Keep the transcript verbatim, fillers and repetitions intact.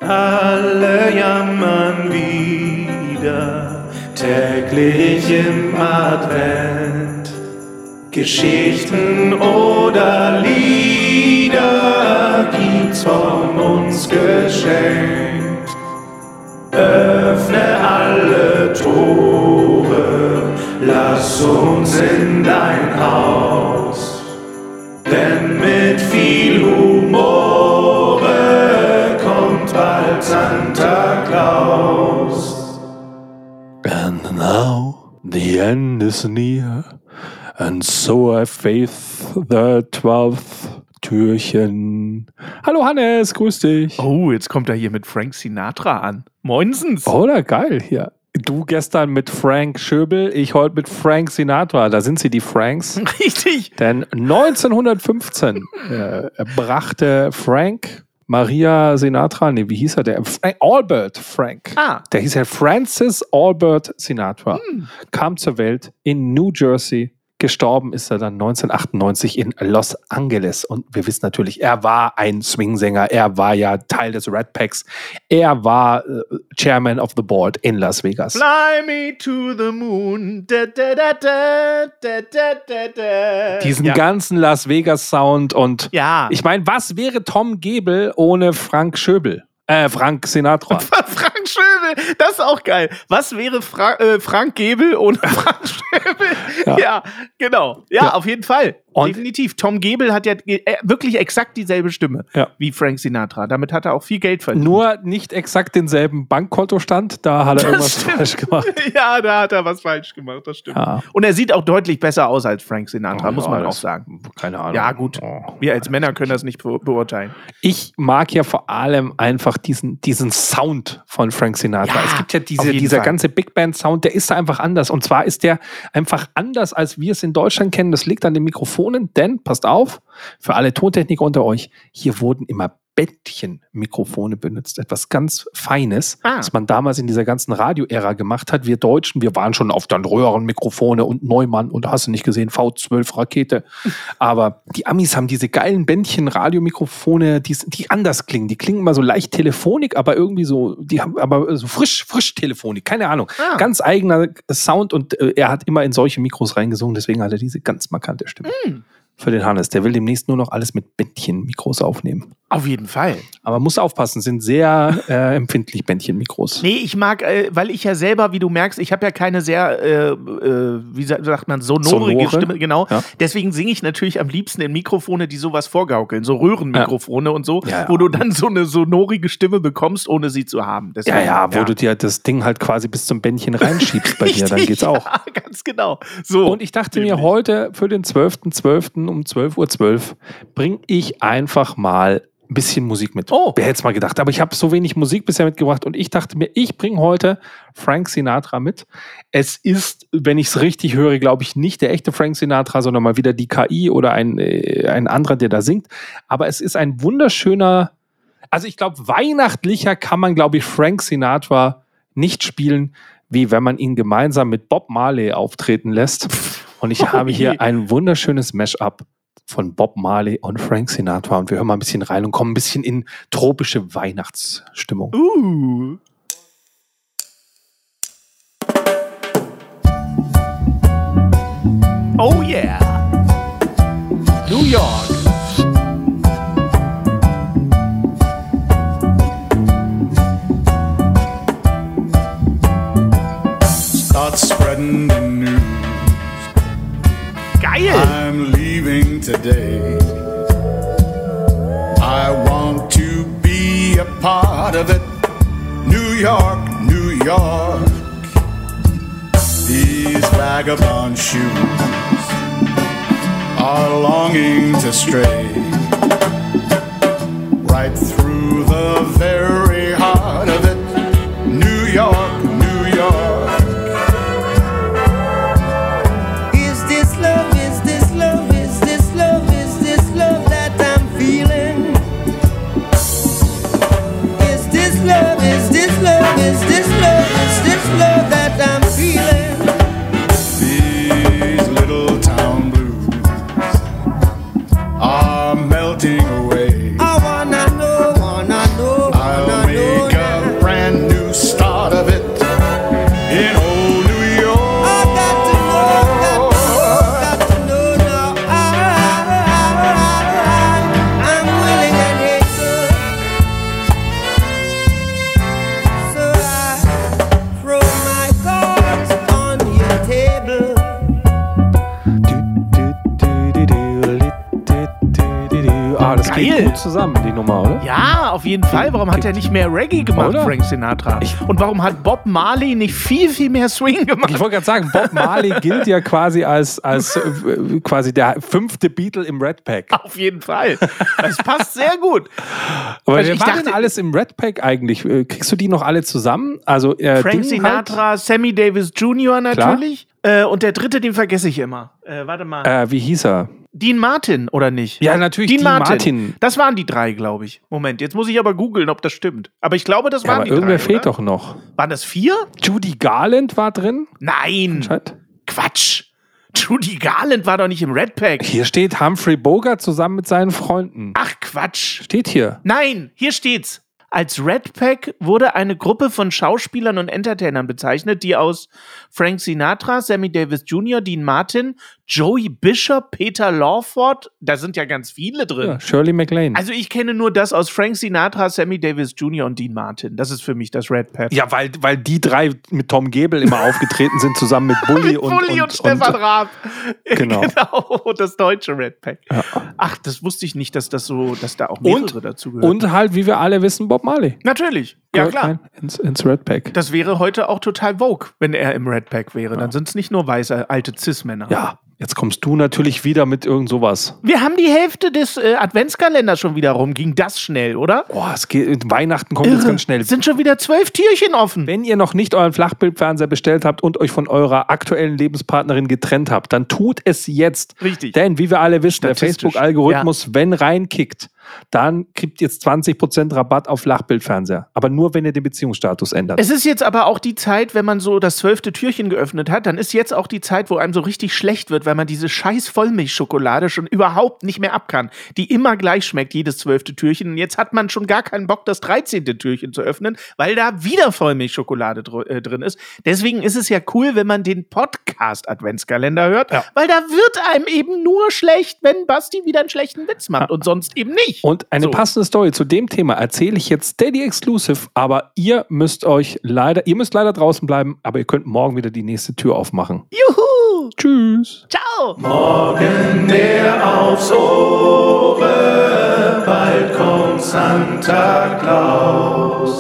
alle jammern wieder, täglich im Advent. Geschichten oder Lieder gibt's von uns geschenkt. Öffne alle Tore, lass uns in dein Haus, denn mit viel Humor kommt bald Santa Claus. And now the end is near, and so I face the twelfth Türchen. Hallo Hannes, grüß dich. Oh, jetzt kommt er hier mit Frank Sinatra an. Moinsens. Oder geil hier. Du gestern mit Frank Schöbel, ich heute mit Frank Sinatra. Da sind sie, die Franks. Richtig. Denn neunzehnhundertfünfzehn äh, brachte Frank Maria Sinatra, nee, wie hieß er? Der Frank, Albert Frank. Ah. Der hieß ja Francis Albert Sinatra. Hm. Kam zur Welt in New Jersey. Gestorben ist er dann neunzehnhundertachtundneunzig in Los Angeles. Und wir wissen natürlich, er war ein Swing-Sänger. Er war ja Teil des Rat Packs. Er war äh, Chairman of the Board in Las Vegas. Fly me to the moon. Da, da, da, da, da, da, da. Diesen ja. ganzen Las Vegas-Sound. Und ja. ich meine, was wäre Tom Gebel ohne Frank Schöbel? Äh, Frank Sinatra. Frank Schöbel, das ist auch geil. Was wäre Fra- äh, Frank Gebel ohne Frank Schöbel? Ja. ja, genau. Ja, ja, auf jeden Fall. Und definitiv. Tom Gebel hat ja äh, wirklich exakt dieselbe Stimme ja. wie Frank Sinatra. Damit hat er auch viel Geld verdient. Nur nicht exakt denselben Bankkontostand. Da hat er das irgendwas stimmt. falsch gemacht. Ja, da hat er was falsch gemacht. Das stimmt. Ja. Und er sieht auch deutlich besser aus als Frank Sinatra, oh, muss man ja, auch sagen. Keine Ahnung. Ja, gut. Oh. Wir als Männer können das nicht be- beurteilen. Ich mag ja vor allem einfach diesen, diesen Sound von Frank Sinatra. Ja, es gibt ja diese, dieser Fall. ganze Big Band Sound, der ist da einfach anders. Und zwar ist der einfach anders, als wir es in Deutschland kennen. Das liegt an den Mikrofonen, denn, passt auf, für alle Tontechniker unter euch, hier wurden immer Bändchenmikrofone benutzt. Etwas ganz Feines, ah. was man damals in dieser ganzen Radio-Ära gemacht hat. Wir Deutschen, wir waren schon auf dann Röhrenmikrofone und Neumann und hast du nicht gesehen, V zwölf Rakete. Aber die Amis haben diese geilen Bändchen-Radiomikrofone, die, die anders klingen. Die klingen immer so leicht telefonik, aber irgendwie so, die haben aber so frisch, frisch telefonik. Keine Ahnung. Ah. Ganz eigener Sound und äh, er hat immer in solche Mikros reingesungen, deswegen hat er diese ganz markante Stimme. Mm. Für den Hannes. Der will demnächst nur noch alles mit Bändchen-Mikros aufnehmen. Auf jeden Fall. Aber muss aufpassen, sind sehr äh, empfindlich Bändchen-Mikros. Nee, ich mag, äh, weil ich ja selber, wie du merkst, ich habe ja keine sehr, äh, äh, wie sagt man, sonorige Sonore. Stimme. Genau. Ja. Deswegen singe ich natürlich am liebsten in Mikrofone, die sowas vorgaukeln. So Röhrenmikrofone ja. und so, ja, ja. wo du dann so eine sonorige Stimme bekommst, ohne sie zu haben. Deswegen, ja, ja, wo ja. du dir das Ding halt quasi bis zum Bändchen reinschiebst bei dir, dann geht's auch. Ja, ganz genau. So. Und ich dachte mir, heute für den zwölften zwölften um zwölf Uhr zwölf bringe ich einfach mal ein bisschen Musik mit. Oh. Wer hätte es mal gedacht. Aber ich habe so wenig Musik bisher mitgebracht und ich dachte mir, ich bringe heute Frank Sinatra mit. Es ist, wenn ich es richtig höre, glaube ich, nicht der echte Frank Sinatra, sondern mal wieder die K I oder ein, äh, ein anderer, der da singt. Aber es ist ein wunderschöner, also ich glaube, weihnachtlicher kann man, glaube ich, Frank Sinatra nicht spielen, wie wenn man ihn gemeinsam mit Bob Marley auftreten lässt. Und ich oh, habe hier je. ein wunderschönes Mashup von Bob Marley und Frank Sinatra. Und wir hören mal ein bisschen rein und kommen ein bisschen in tropische Weihnachtsstimmung. Uh. Oh yeah. New York. Start spreading the news. Geil. I'm leaving today. I want to be a part of it. New York, New York. These vagabond shoes are longing to stray right through the very heart of it. New York, New York. Is this love, is this love, is this love, is this love that I'm feeling? Is this love, is this love, is this love, is this love that I'm feeling? These little town blues are melting away. I wanna know, wanna know, wanna I'll make know geht Geil. gut zusammen, die Nummer, oder? Ja, auf jeden Fall. Warum hat er nicht mehr Reggae gemacht, Oder? Frank Sinatra? Ich- Und warum hat Bob Marley nicht viel, viel mehr Swing gemacht? Ich wollte gerade sagen, Bob Marley gilt ja quasi als, als äh, quasi der fünfte Beatle im Red Pack. Auf jeden Fall. Das passt sehr gut. Aber Also wer ich war dachte- denn alles im Red Pack eigentlich? Äh, Kriegst du die noch alle zusammen? Also äh, Frank Ding Sinatra, Sammy Davis Junior natürlich. Äh, und der dritte, den vergesse ich immer. Äh, warte mal. Halt, äh, wie hieß er? Dean Martin, oder nicht? Ja, natürlich, Dean, Dean Martin. Martin. Das waren die drei, glaube ich. Moment, jetzt muss ich aber googeln, ob das stimmt. Aber ich glaube, das Ja, waren aber die irgendwer drei, fehlt oder? doch noch. Waren das vier? Judy Garland war drin. Nein. Anscheinend. Quatsch. Judy Garland war doch nicht im Red Pack. Hier steht Humphrey Bogart zusammen mit seinen Freunden. Ach, Quatsch. Steht hier. Nein, hier steht's. Als Red Pack wurde eine Gruppe von Schauspielern und Entertainern bezeichnet, die aus Frank Sinatra, Sammy Davis Junior, Dean Martin, Joey Bishop, Peter Lawford, da sind ja ganz viele drin. Ja, Shirley MacLaine. Also ich kenne nur das aus Frank Sinatra, Sammy Davis Junior und Dean Martin. Das ist für mich das Red Pack. ja, weil, weil die drei mit Tom Gebel immer aufgetreten sind, zusammen mit Bully und, Bulli und, und, Stefan Raab. Genau. Genau, das deutsche Red Pack. Ja. Ach, das wusste ich nicht, dass das so, dass da auch mehrere Und, dazu gehören. und halt, wie wir alle wissen, Bob Marley. Natürlich, ja Gehört klar. rein Ins, ins Red Pack. Das wäre heute auch total Vogue, wenn er im Red Pack wäre. Dann sind es nicht nur weiße, alte Cis-Männer. Ja, jetzt kommst du natürlich wieder mit irgend sowas. Wir haben die Hälfte des äh, Adventskalenders schon wieder rum. Ging das schnell, oder? Boah, es geht, Weihnachten kommt jetzt ganz schnell. Es sind schon wieder zwölf Türchen offen. Wenn ihr noch nicht euren Flachbildfernseher bestellt habt und euch von eurer aktuellen Lebenspartnerin getrennt habt, dann tut es jetzt. Richtig. Denn, wie wir alle wissen, der Statistisch, Facebook-Algorithmus, wenn reinkickt, dann kriegt ihr jetzt zwanzig Prozent Rabatt auf Flachbildfernseher. Aber nur, wenn ihr den Beziehungsstatus ändert. Es ist jetzt aber auch die Zeit, wenn man so das zwölfte Türchen geöffnet hat, dann ist jetzt auch die Zeit, wo einem so richtig schlecht wird, weil man diese scheiß Vollmilchschokolade schon überhaupt nicht mehr ab kann, die immer gleich schmeckt, jedes zwölfte Türchen. Und jetzt hat man schon gar keinen Bock, das dreizehnte Türchen zu öffnen, weil da wieder Vollmilchschokolade dr äh, drin ist. Deswegen ist es ja cool, wenn man den Podcast-Adventskalender hört, Ja. weil da wird einem eben nur schlecht, wenn Basti wieder einen schlechten Witz macht und sonst eben nicht. Und eine So. passende Story zu dem Thema erzähle ich jetzt Steady Exclusive, aber ihr müsst euch leider, ihr müsst leider draußen bleiben, aber ihr könnt morgen wieder die nächste Tür aufmachen. Juhu! Tschüss. Ciao! Morgen der aufs Ohre, bald kommt Santa Claus.